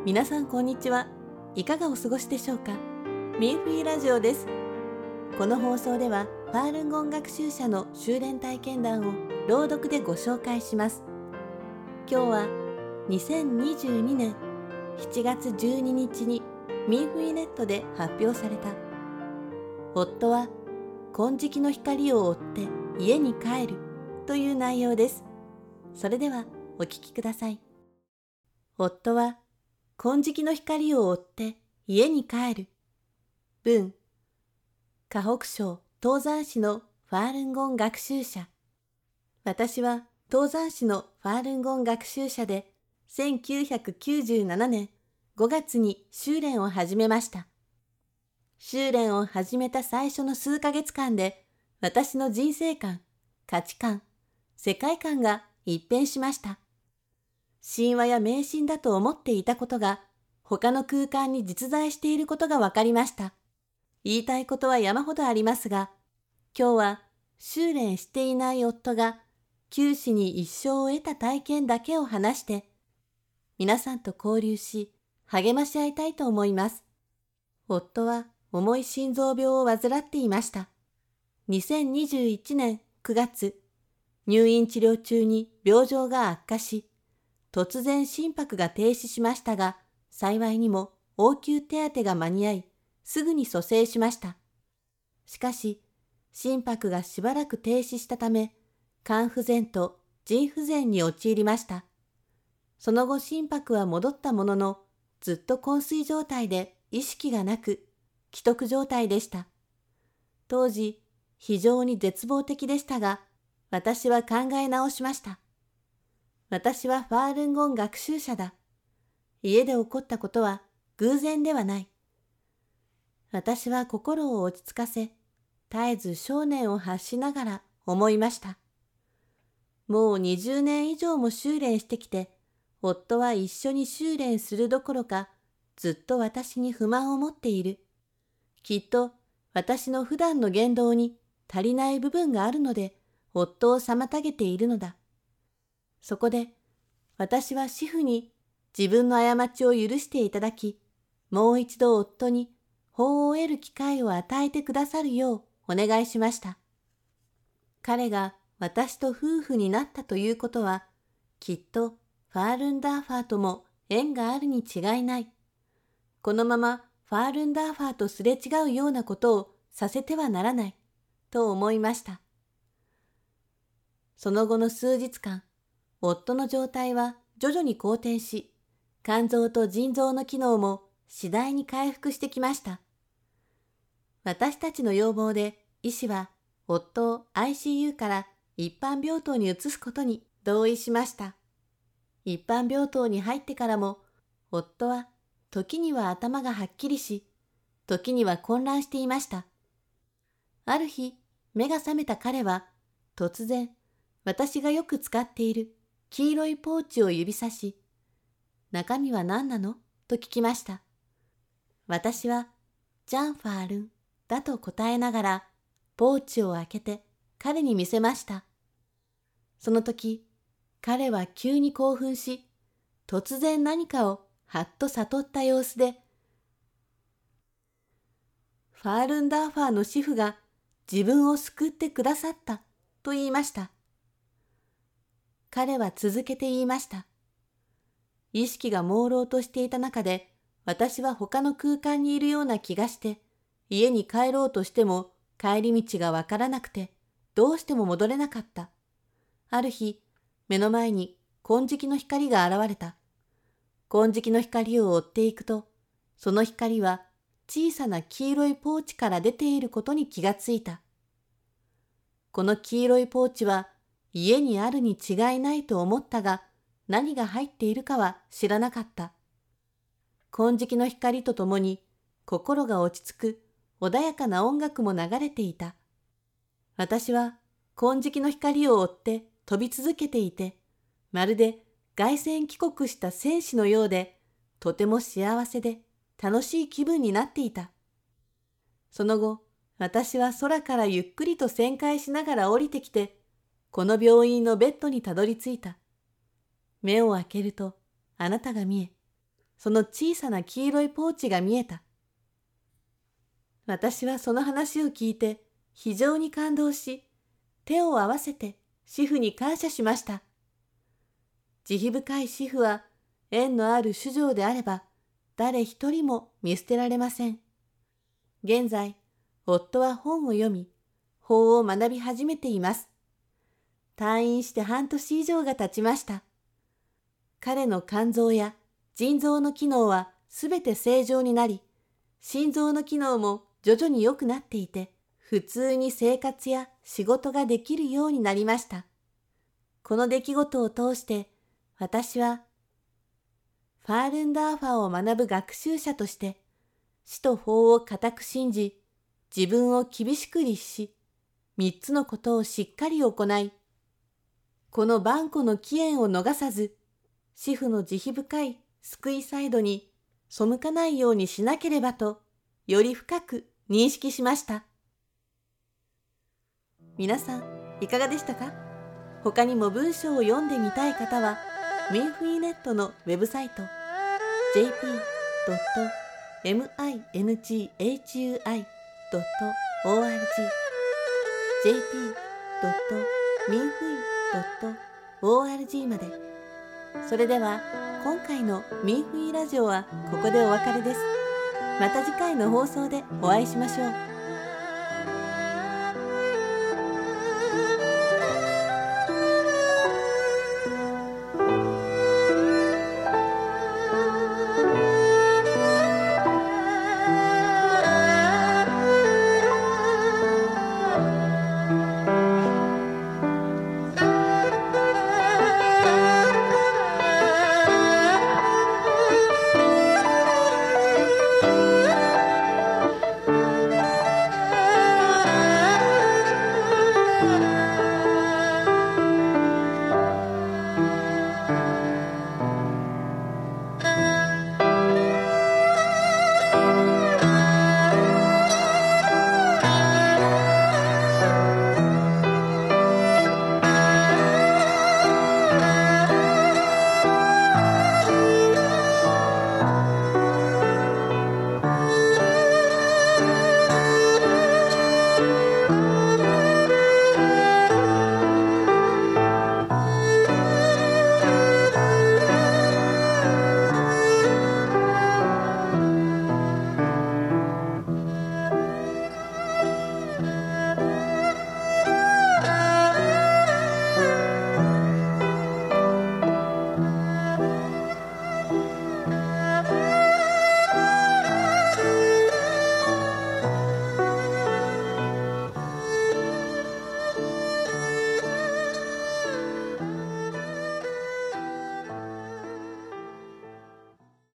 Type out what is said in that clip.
皆さんこんにちは。いかがお過ごしでしょうか。ミーフィーラジオです。この放送ではファールンゴン学習者の修練体験談を朗読でご紹介します。今日は2022年7月12日にミーフィーネットで発表された夫は金色の光を追って家に帰るという内容です。それではお聞きください。夫は金色の光を追って家に帰る。文、河北省東山市のファールンゴン学習者。私は東山市のファールンゴン学習者で1997年5月に修練を始めました。修練を始めた最初の数ヶ月間で私の人生観、価値観、世界観が一変しました。神話や迷信だと思っていたことが他の空間に実在していることが分かりました。言いたいことは山ほどありますが、今日は修練していない夫が九死に一生を得た体験だけを話して、皆さんと交流し、励まし合いたいと思います。夫は重い心臓病を患っていました。2021年9月、入院治療中に病状が悪化し、突然心拍が停止しましたが、幸いにも応急手当が間に合い、すぐに蘇生しました。しかし、心拍がしばらく停止したため、肝不全と腎不全に陥りました。その後心拍は戻ったものの、ずっと昏睡状態で意識がなく、危篤状態でした。当時、非常に絶望的でしたが、私は考え直しました。私はファールンゴン学習者だ。家で起こったことは偶然ではない。私は心を落ち着かせ、絶えず想念を発しながら思いました。もう20年以上も修練してきて、夫は一緒に修練するどころか、ずっと私に不満を持っている。きっと私の普段の言動に足りない部分があるので、夫を妨げているのだ。そこで、私は主婦に自分の過ちを許していただき、もう一度夫に法を得る機会を与えてくださるようお願いしました。彼が私と夫婦になったということは、きっとファールンダーファーとも縁があるに違いない。このままファールンダーファーとすれ違うようなことをさせてはならない、と思いました。その後の数日間、夫の状態は徐々に好転し、肝臓と腎臓の機能も次第に回復してきました。私たちの要望で医師は夫を ICU から一般病棟に移すことに同意しました。一般病棟に入ってからも、夫は時には頭がはっきりし、時には混乱していました。ある日、目が覚めた彼は、突然、私がよく使っている黄色いポーチを指さし、中身は何なのと聞きました。私は、ジャンファールンだと答えながら、ポーチを開けて彼に見せました。その時、彼は急に興奮し、突然何かをはっと悟った様子で、ファールンダーファーの師傅が自分を救ってくださったと言いました。彼は続けて言いました。意識が朦朧としていた中で、私は他の空間にいるような気がして、家に帰ろうとしても帰り道がわからなくて、どうしても戻れなかった。ある日、目の前に金色の光が現れた。金色の光を追っていくと、その光は小さな黄色いポーチから出ていることに気がついた。この黄色いポーチは家にあるに違いないと思ったが、何が入っているかは知らなかった。金色の光とともに心が落ち着く穏やかな音楽も流れていた。私は金色の光を追って飛び続けていて、まるで凱旋帰国した戦士のようで、とても幸せで楽しい気分になっていた。その後、私は空からゆっくりと旋回しながら降りてきて、この病院のベッドにたどり着いた。目を開けるとあなたが見え、 その小さな黄色いポーチが見えた。私はその話を聞いて非常に感動し、手を合わせて主婦に感謝しました。慈悲深い主婦は縁のある主情であれば、誰一人も見捨てられません。現在、夫は本を読み、法を学び始めています。退院して半年以上が経ちました。彼の肝臓や腎臓の機能はすべて正常になり、心臓の機能も徐々に良くなっていて、普通に生活や仕事ができるようになりました。この出来事を通して、私はファールンダーファを学ぶ学習者として、死と法を固く信じ、自分を厳しく律し、三つのことをしっかり行い、この万古の起源を逃さず、主婦の慈悲深い救いサイドに背かないようにしなければと、より深く認識しました。皆さん、いかがでしたか？他にも文章を読んでみたい方は、ミンフィーネットのウェブサイト jp.minghui.org jp.minfui.org まで。それでは今回のミンフィーラジオはここでお別れです。また次回の放送でお会いしましょう。